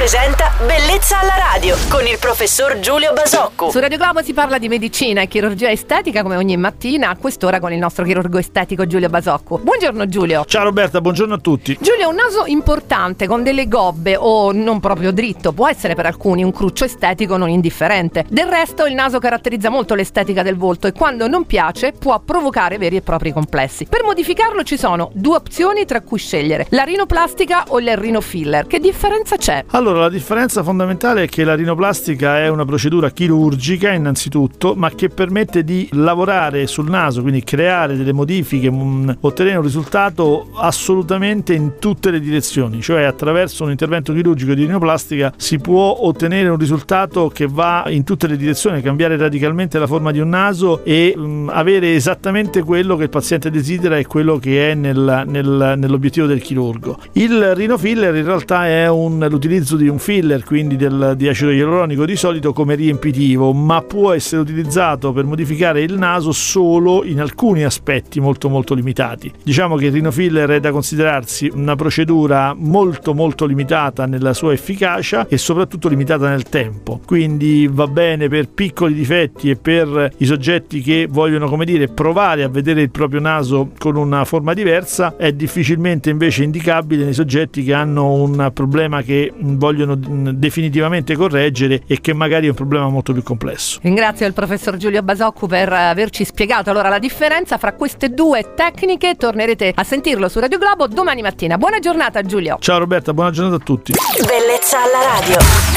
presenta Bellezza alla radio con il professor Giulio Basocco. Su Radio Globo si parla di medicina e chirurgia estetica come ogni mattina a quest'ora con il nostro chirurgo estetico Giulio Basocco. Buongiorno Giulio. Ciao Roberta, buongiorno a tutti. Giulio, un naso importante con delle gobbe o non proprio dritto può essere per alcuni un cruccio estetico non indifferente. Del resto il naso caratterizza molto l'estetica del volto e quando non piace può provocare veri e propri complessi. Per modificarlo ci sono due opzioni tra cui scegliere: la rinoplastica o il rinofiller. Che differenza c'è? Allora, la differenza fondamentale è che la rinoplastica è una procedura chirurgica innanzitutto, ma che permette di lavorare sul naso, quindi creare delle modifiche, ottenere un risultato assolutamente in tutte le direzioni, cioè attraverso un intervento chirurgico di rinoplastica si può ottenere un risultato che va in tutte le direzioni, cambiare radicalmente la forma di un naso e avere esattamente quello che il paziente desidera e quello che è nell'obiettivo del chirurgo. Il rinofiller in realtà è l'utilizzo di un filler, quindi di acido ialuronico di solito come riempitivo, ma può essere utilizzato per modificare il naso solo in alcuni aspetti molto molto limitati. Diciamo che il rinofiller è da considerarsi una procedura molto molto limitata nella sua efficacia e soprattutto limitata nel tempo, quindi va bene per piccoli difetti e per i soggetti che vogliono, come dire, provare a vedere il proprio naso con una forma diversa. È difficilmente invece indicabile nei soggetti che hanno un problema che vogliono definitivamente correggere e che magari è un problema molto più complesso. Ringrazio il professor Giulio Basocco per averci spiegato allora la differenza fra queste due tecniche. Tornerete a sentirlo su Radio Globo domani mattina. Buona giornata Giulio. Ciao Roberta, buona giornata a tutti. Bellezza alla radio.